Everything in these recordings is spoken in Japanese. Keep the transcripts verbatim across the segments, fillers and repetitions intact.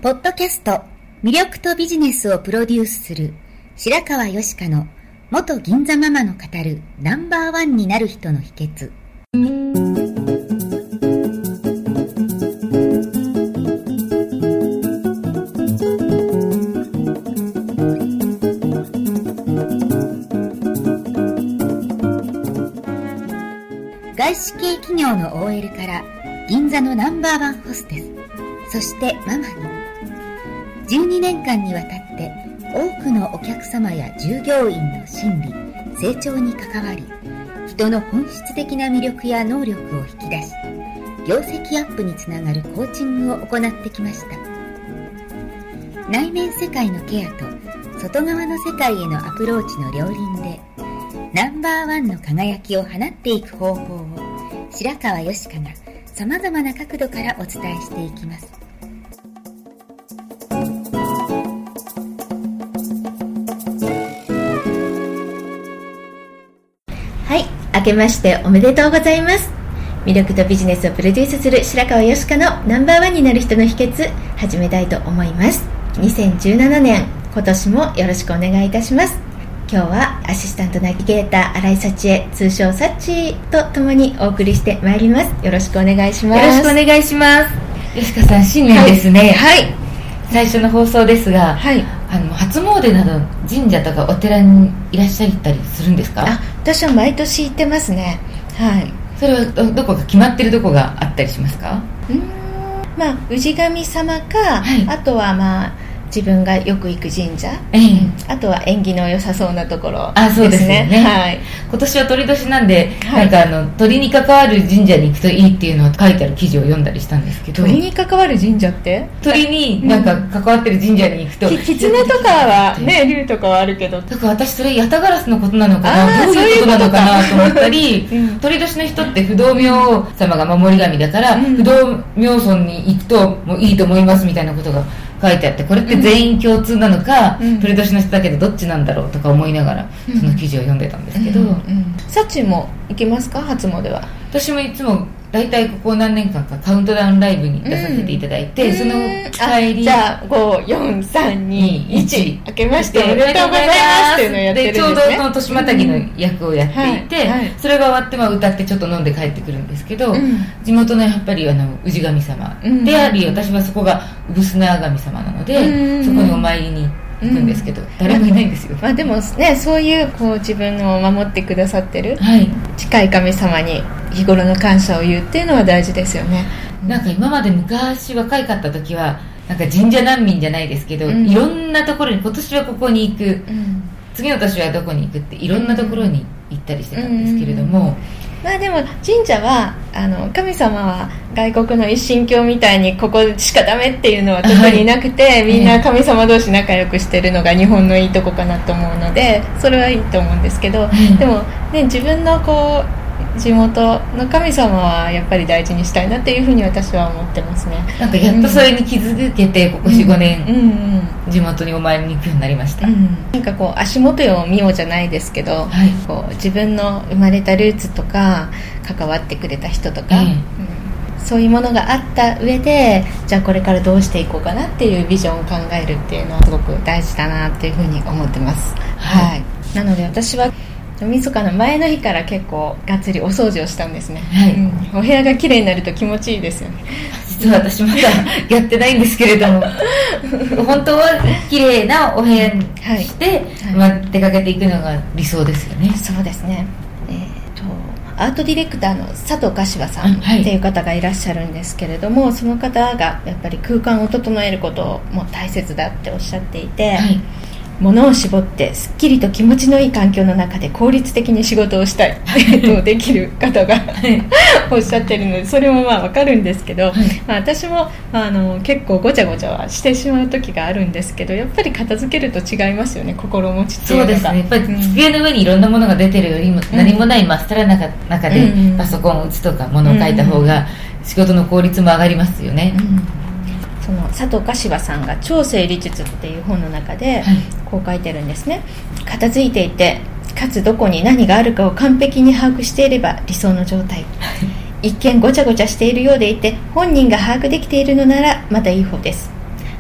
ポッドキャスト魅力とビジネスをプロデュースする白川よしかの元銀座ママの語るナンバーワンになる人の秘訣。外資系企業の オーエル から銀座のナンバーワンホステス、そしてママにじゅうにねんかんにわたって多くのお客様や従業員の心理、成長に関わり、人の本質的な魅力や能力を引き出し、業績アップにつながるコーチングを行ってきました。内面世界のケアと外側の世界へのアプローチの両輪でナンバーワンの輝きを放っていく方法を白川よしかがさまざまな角度からお伝えしていきます。 はい、明けましておめでとうございます。魅力とビジネスをプロデュースする白川よしかのナンバーワンになる人の秘訣、始めたいと思います。にせんじゅうななねん、今年もよろしくお願いいたします。今日はアシスタントナビゲーター新井幸恵、通称サッチーとともにお送りしてまいります。よろしくお願いします。 よろしくお願いします。よしかさん、新年ですね。 はい、はい、 最初の放送ですが、はい、あの初詣など神社とかお寺にいらっしゃったりするんですか？ あ、私は毎年行ってますね。はい。 それは ど, どこか決まってるとこがあったりしますか？ うーん、まあ氏神様か、はい、あとはまあ自分がよく行く神社、えー、あとは縁起の良さそうなところですね。あ、そうですね。はい。 今年は鳥年なんで、はい、なんかあの鳥に関わる神社に行くといいっていうのを書いてある記事を読んだりしたんですけど。 鳥に関わる神社って？ 鳥になんか関わってる神社に行くと、 うん、キツネとかはね、竜とかはあるけど、 だから私それヤタガラスのことなのかな、どういうことなのかなと思ったり、うん、鳥年の人って不動明様が守り神だから、うん、不動明尊に行くともういいと思いますみたいなことが書いてあって、これって全員共通なのか、うん、鳥年の人だけどどっちなんだろうとか思いながら、うん、その記事を読んでたんですけど、うんうんうん、 サチも行きますか？初詣は。 私もいつも大体ここ何年間かカウントダウンライブに出させていただいて、うん、その帰り、 じゃあご、よん、さん、に、いち明けましておめでとうございますっていうのをやってるんですね。でちょうどその年またぎの役をやっていて、うんはいはい、それが終わって、まあ、歌ってちょっと飲んで帰ってくるんですけど、うん、地元のやっぱりあの氏神様であり、うん、私はそこが産砂神様なので、うん、そこにお参りに行くんですけど、うん、誰もいないんですよ。 まあ、でもね、そういうこう自分を守ってくださってる、はい、近い神様に日頃の感謝を言うっていうのは大事ですよね。 なんか今まで昔若いかった時はなんか神社難民じゃないですけど、うん、いろんなところに、今年はここに行く、うん、次の年はどこに行くっていろんなところに行ったりしてたんですけれども、うんうん、 まあでも神社はあの神様は外国の一神教みたいにここしかダメっていうのは特になくて、はい、みんな神様同士仲良くしてるのが日本のいいとこかなと思うので、それはいいと思うんですけど、うん、でもね、自分のこう地元の神様はやっぱり大事にしたいなっていうふうに私は思ってますね。 なんかやっとそれに気づけて、ここ よん、ごねん地元にお参りに行くようになりました。うん、 なんかこう足元を見ようじゃないですけど、はい、こう自分の生まれたルーツとか関わってくれた人とか、うんうん、そういうものがあった上で、じゃあこれからどうしていこうかなっていうビジョンを考えるっていうのはすごく大事だなっていうふうに思ってます。はい、はい、なので私は大晦日の前の日から結構がっつりお掃除をしたんですね。はい、うん、お部屋が綺麗になると気持ちいいですよね。 実は私まだやってないんですけれども本当は綺麗なお部屋にして、はいはい、まあ、出かけていくのが理想ですよね。 そうですね。えーとアートディレクターの佐藤柏さんっていう方がいらっしゃるんですけれども、はい、その方がやっぱり空間を整えることも大切だっておっしゃっていて、はい、物を絞ってすっきりと気持ちのいい環境の中で効率的に仕事をしたいとできる方がおっしゃってるので、それもまあ分かるんですけど、はい、まあ、私もあの結構ごちゃごちゃはしてしまう時があるんですけど、やっぱり片付けると違いますよね、心持ちっていうのが。 そうですね、やっぱり机の上にいろんなものが出てるよりも、うん、何もない真っさらな中でパソコンを打つとか物を書いた方が仕事の効率も上がりますよね。うんうん、 その佐藤柏さんが超整理術っていう本の中でこう書いてるんですね。片付いていて、かつどこに何があるかを完璧に把握していれば理想の状態。一見ごちゃごちゃしているようでいて、本人が把握できているのならまたいい方です。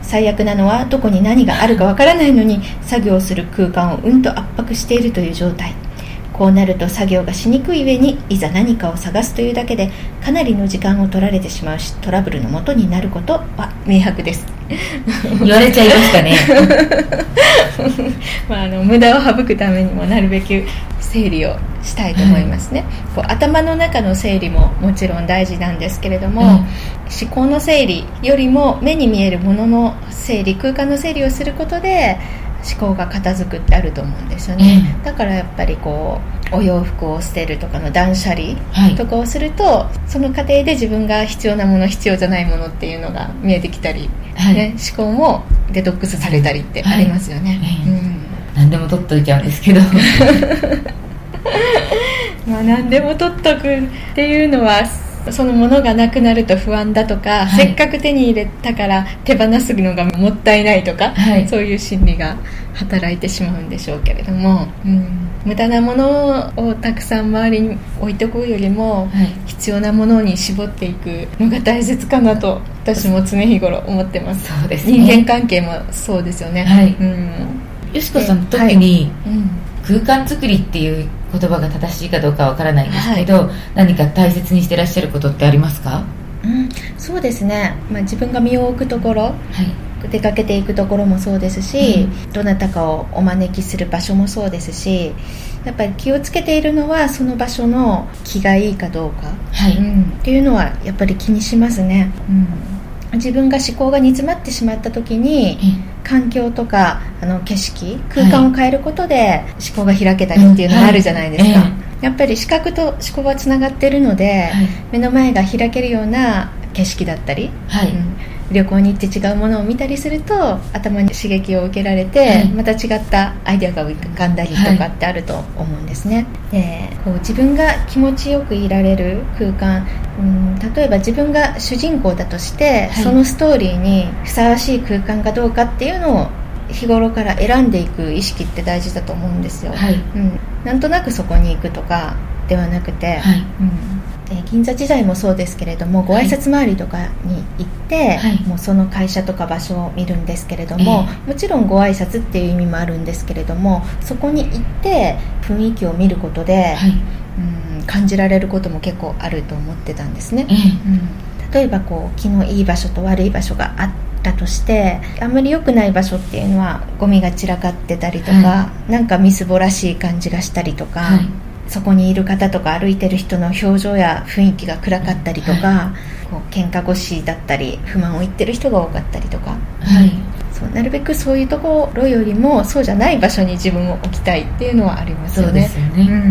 最悪なのはどこに何があるかわからないのに作業する空間をうんと圧迫しているという状態。こうなると作業がしにくい上にいざ何かを探すというだけでかなりの時間を取られてしまうし、トラブルの元になることは明白です。 言われちゃいましたね。 まあ、あの無駄を省くためにもなるべく整理をしたいと思いますね、はい、こう頭の中の整理ももちろん大事なんですけれども、うん、思考の整理よりも目に見えるものの整理、空間の整理をすることで思考が片付くってあると思うんですよね、うん、だからやっぱりこうお洋服を捨てるとかの断捨離とかをすると、はい、その過程で自分が必要なもの必要じゃないものっていうのが見えてきたり、はいね、思考もデトックスされたりってありますよね、はいうん、 何でも取っといちゃうんですけどまあ何でも取っとくっていうのはそのものがなくなると不安だとか、はい、せっかく手に入れたから手放すのがもったいないとか、はい、そういう心理が働いてしまうんでしょうけれども、うん、無駄なものをたくさん周りに置いておくよりも、はい、必要なものに絞っていくのが大切かなと私も常日頃思ってます。 そうですね、 人間関係もそうですよね、 はいうん、よしこさん特に、はいうん空間作りっていう言葉が正しいかどうかわからないんですけど、はい、何か大切にしてらっしゃることってありますか？ うん、そうですね、まあ、自分が身を置くところ、はい、出かけていくところもそうですし、うん、どなたかをお招きする場所もそうですし、やっぱり気をつけているのはその場所の気がいいかどうか、はいうん、っていうのはやっぱり気にしますね、うん自分が思考が煮詰まってしまった時に、うん、環境とかあの景色空間を変えることで思考が開けたりっていうのがあるじゃないですか、うんはいえー、やっぱり視覚と思考はつながっているので、はい、目の前が開けるような景色だったり、はいうん、旅行に行って違うものを見たりすると頭に刺激を受けられて、はい、また違ったアイデアが浮かんだりとかってあると思うんですね、はい、でこう自分が気持ちよくいられる空間、うん、例えば自分が主人公だとして、はい、そのストーリーにふさわしい空間かどうかっていうのを日頃から選んでいく意識って大事だと思うんですよ、はいうん、なんとなくそこに行くとかではなくて、はいうん銀座時代もそうですけれどもご挨拶回りとかに行って、はい、もうその会社とか場所を見るんですけれども、えー、もちろんご挨拶っていう意味もあるんですけれどもそこに行って雰囲気を見ることで、はいうん、感じられることも結構あると思ってたんですね、えーうん、例えばこう気のいい場所と悪い場所があったとしてあんまり良くない場所っていうのはゴミが散らかってたりとか、はい、なんかみすぼらしい感じがしたりとか、はいそこにいる方とか歩いてる人の表情や雰囲気が暗かったりとか、はい、こう喧嘩腰だったり不満を言ってる人が多かったりとか、はい、そうなるべくそういうところよりもそうじゃない場所に自分を置きたいっていうのはありますよね。 そうですよね、うん、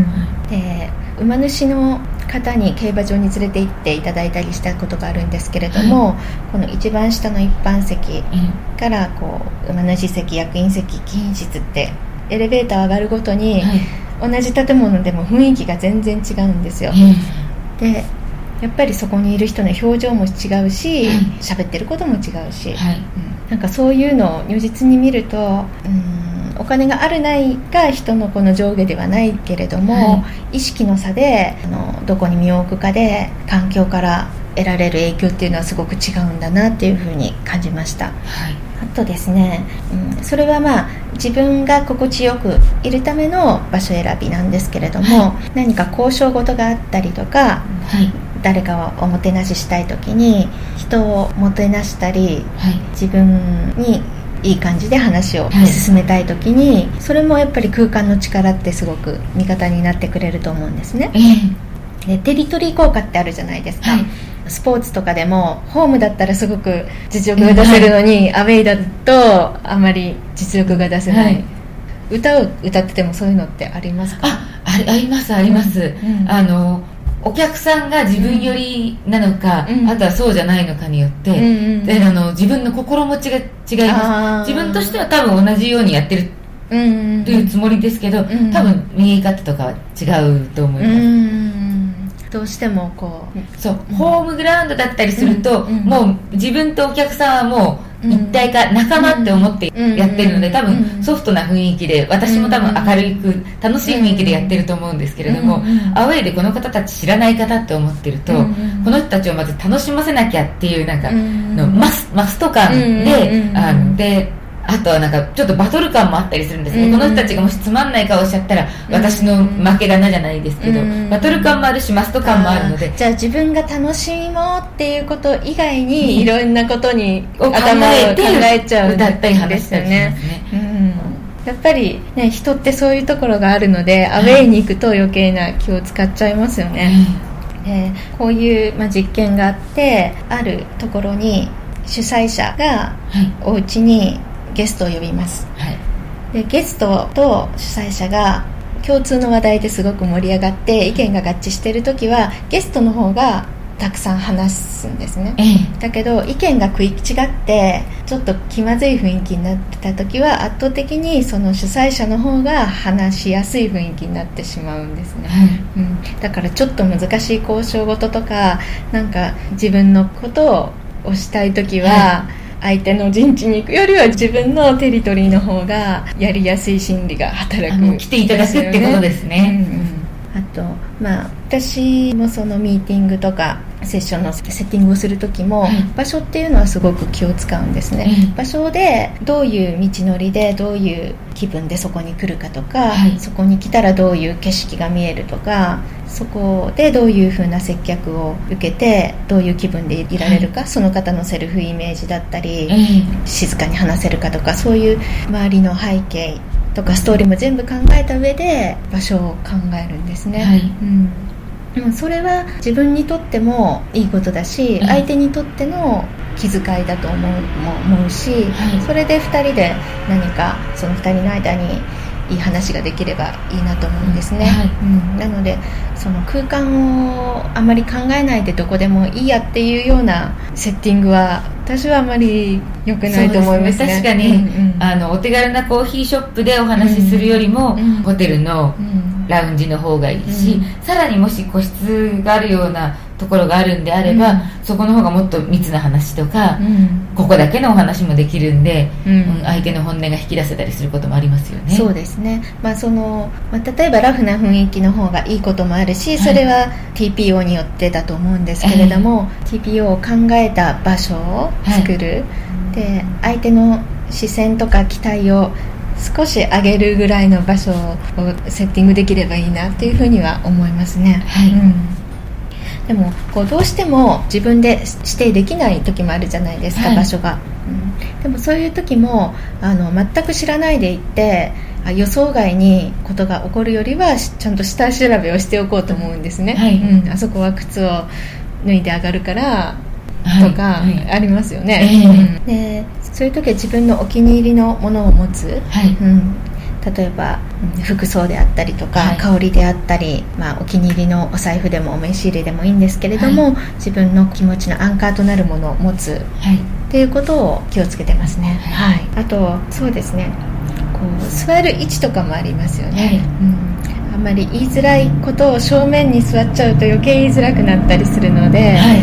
で馬主の方に競馬場に連れて行っていただいたりしたことがあるんですけれども、はい、この一番下の一般席からこう馬主席役員席貴賓室ってエレベーター上がるごとに、はい同じ建物でも雰囲気が全然違うんですよ、うん、でやっぱりそこにいる人の表情も違うし喋、うん、ってることも違うし、はいうん、なんかそういうのを如実に見るとうんお金があるないが人のこの上下ではないけれども、はい、意識の差であのどこに身を置くかで環境から得られる影響っていうのはすごく違うんだなっていうふうに感じました、はいあとですね、うん、それはまあ自分が心地よくいるための場所選びなんですけれども、はい、何か交渉事があったりとか、はい、誰かをおもてなししたい時に人をもてなしたり、はい、自分にいい感じで話を進めたい時に、はい、それもやっぱり空間の力ってすごく味方になってくれると思うんですね、えー、でテリトリー効果ってあるじゃないですか、はいスポーツとかでもホームだったらすごく実力が出せるのに、はい、アウェイだとあまり実力が出せない、はい、歌を歌っててもそういうのってありますか？ あ、ありますあります、うんうん、あのお客さんが自分寄りなのか、うん、あとはそうじゃないのかによって、うんうん、であの自分の心持ちが違います自分としては多分同じようにやってるというつもりですけど、うんうん、多分見え方とかは違うと思います、うんどうしてもこうそう、うん、ホームグラウンドだったりすると、うんうん、もう自分とお客さんはもう一体化、仲間って思ってやってるので、多分ソフトな雰囲気で、私も多分明るく楽しい雰囲気でやってると思うんですけれども、アウェイでこの方たち知らない方って思ってると、この人たちをまず楽しませなきゃっていうなんかのマス、マスト感で、あのであとはなんかちょっとバトル感もあったりするんですね、うん、この人たちがもしつまんない顔しちゃったら私の負けだなじゃないですけど、うん、バトル感もあるしマスト感もあるので、 じゃあ自分が楽しもうっていうこと以外にいろんなことに頭を考えちゃうんだったり話したりしますね、うん、 やっぱりね、人ってそういうところがあるので、アウェイに行くと余計な気を使っちゃいますよね、うん、でこういう、まあ、実験があって、あるところに主催者がお家にゲストを呼びます、はい、でゲストと主催者が共通の話題ですごく盛り上がって意見が合致しているときは、ゲストの方がたくさん話すんですね、ええ、だけど意見が食い違ってちょっと気まずい雰囲気になってたときは、圧倒的にその主催者の方が話しやすい雰囲気になってしまうんですね、はい、うん、だからちょっと難しい交渉事とか、なんか自分のことをしたいときは、はい、相手の陣地に行くよりは自分のテリトリーの方がやりやすい心理が働く、 来ていただくってことですね、うんうん、 あと、まあ、私もそのミーティングとかセッションのセッティングをするときも、はい、場所っていうのはすごく気を使うんですね、はい、場所でどういう道のりでどういう気分でそこに来るかとか、はい、そこに来たらどういう景色が見えるとか、そこでどういう風な接客を受けてどういう気分でいられるか、はい、その方のセルフイメージだったり、はい、静かに話せるかとか、そういう周りの背景とかストーリーも全部考えた上で場所を考えるんですね、はい、うん、それは自分にとってもいいことだし、うん、相手にとっての気遣いだと思う、思うし、はい、それでふたりで何かそのふたりの間にいい話ができればいいなと思うんですね、はい、うん、なのでその空間をあまり考えないでどこでもいいやっていうようなセッティングは私はあまり良くないと思いますね。 確かに、うんうん、あのお手軽なコーヒーショップでお話しするよりも、うんうん、ホテルのラウンジの方がいいし、うん、さらにもし個室があるようなところがあるんであれば、うん、そこの方がもっと密な話とか、うん、ここだけのお話もできるんで、うん、相手の本音が引き出せたりすることもありますよね。 そうですね、まあそのまあ、例えばラフな雰囲気の方がいいこともあるし、それは ティーピーオー によってだと思うんですけれども、はい、ティーピーオー を考えた場所を作る、はい、で相手の視線とか期待を少し上げるぐらいの場所をセッティングできればいいなっていうふうには思いますね、はい、うん、でもこうどうしても自分で指定できない時もあるじゃないですか、はい、場所が、うん、でもそういう時もあの全く知らないで行って予想外にことが起こるよりはちゃんと下調べをしておこうと思うんですね、はい、うん、あそこは靴を脱いで上がるからとかありますよね、はいはい、うん、でそういう時は自分のお気に入りのものを持つ、はい、うん、例えば服装であったりとか、はい、香りであったり、まあ、お気に入りのお財布でもお名刺入れでもいいんですけれども、はい、自分の気持ちのアンカーとなるものを持つ、はい、っていうことを気をつけてますね、はいはい、あとそうですね、こう座る位置とかもありますよね、はい、うん、あんまり言いづらいことを正面に座っちゃうと余計言いづらくなったりするので、はい、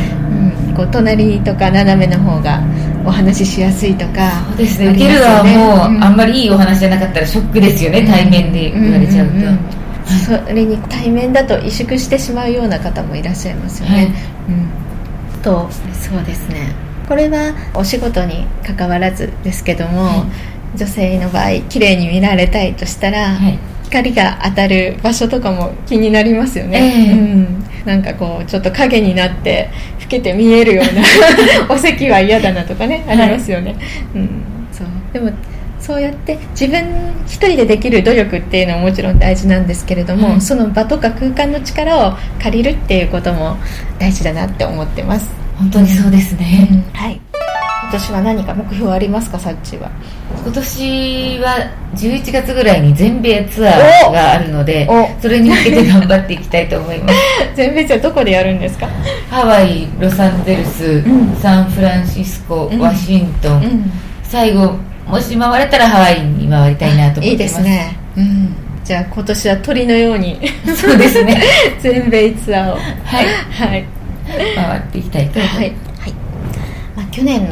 うん、こう隣とか斜めの方がお話ししやすいとか。 そうですね、受けるのはもう、うん、あんまりいいお話じゃなかったらショックですよね、うん、対面で言われちゃうと、うんうんうん、 それに対面だと萎縮してしまうような方もいらっしゃいますよね、はい、うん、とそうですね、これはお仕事に関わらずですけども、はい、女性の場合綺麗に見られたいとしたら、はい、光が当たる場所とかも気になりますよね、えーうん、なんかこうちょっと影になって老けて見えるようなお席は嫌だなとかね、ありますよね、はい、うん、そうでもそうやって自分一人でできる努力っていうのはもちろん大事なんですけれども、うん、その場とか空間の力を借りるっていうことも大事だなって思ってます。 本当にそうですね、うん、 はい。今年は何か目標ありますか、サッチは。 今年はじゅういちがつぐらいに全米ツアーがあるので、それに向けて頑張っていきたいと思います全米ツアーどこでやるんですか。 ハワイ、ロサンゼルス、うん、サンフランシスコ、うん、ワシントン、うん、最後もし回れたらハワイに回りたいなと思ってます。いいですね、 うん、じゃあ今年は鳥のようにそうですね全米ツアーをはい、 はい、回っていきたいと思います、はいはい。まあ、 去年の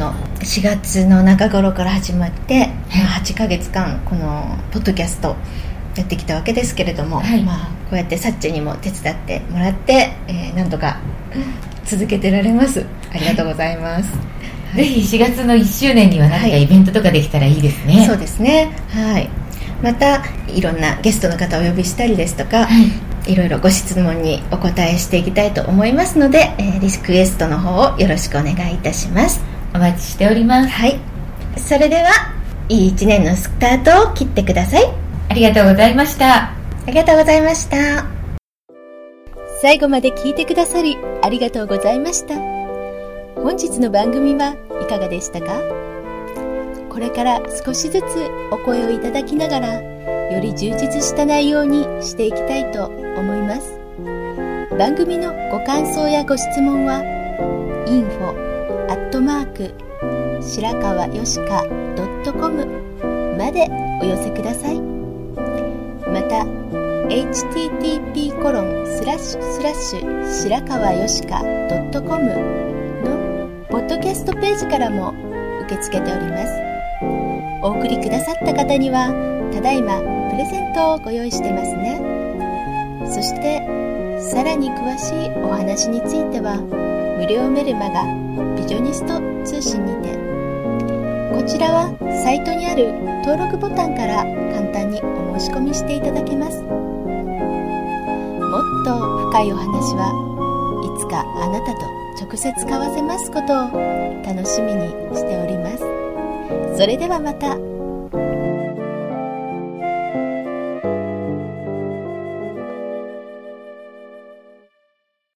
しがつの中頃から始まって、はい、はちかげつかんこのポッドキャストやってきたわけですけれども、はい、まあ、こうやってサッチェにも手伝ってもらって、えー、なんとか続けてられます。ありがとうございます、はい、ぜひしがつのいっしゅうねんには何かイベントとかできたらいいですね、はい、そうですね、はい、またいろんなゲストの方をお呼びしたりですとか、はい、いろいろご質問にお答えしていきたいと思いますので、えー、リクエストの方をよろしくお願いいたします。 お待ちしております。 はい、それではいいいちねんのスタートを切ってください。 ありがとうございました。 ありがとうございました。最後まで聞いてくださりありがとうございました。本日の番組はいかがでしたか？これから少しずつお声をいただきながらより充実した内容にしていきたいと思います。番組のご感想やご質問は インフォ アットマーク 白川よしか ドットコム までお寄せください。また エイチティーティーピーコロンスラッシュスラッシュ 白川よしか ドットコム のポッドキャストページからも受け付けております。お送りくださった方にはただいまプレゼントをご用意してますね。そしてさらに詳しいお話については無料メルマガビジョニスト通信にて、こちらはサイトにある登録ボタンから簡単にお申し込みしていただけます。もっと深いお話はいつかあなたと直接交わせますことを楽しみにしております。それではまた。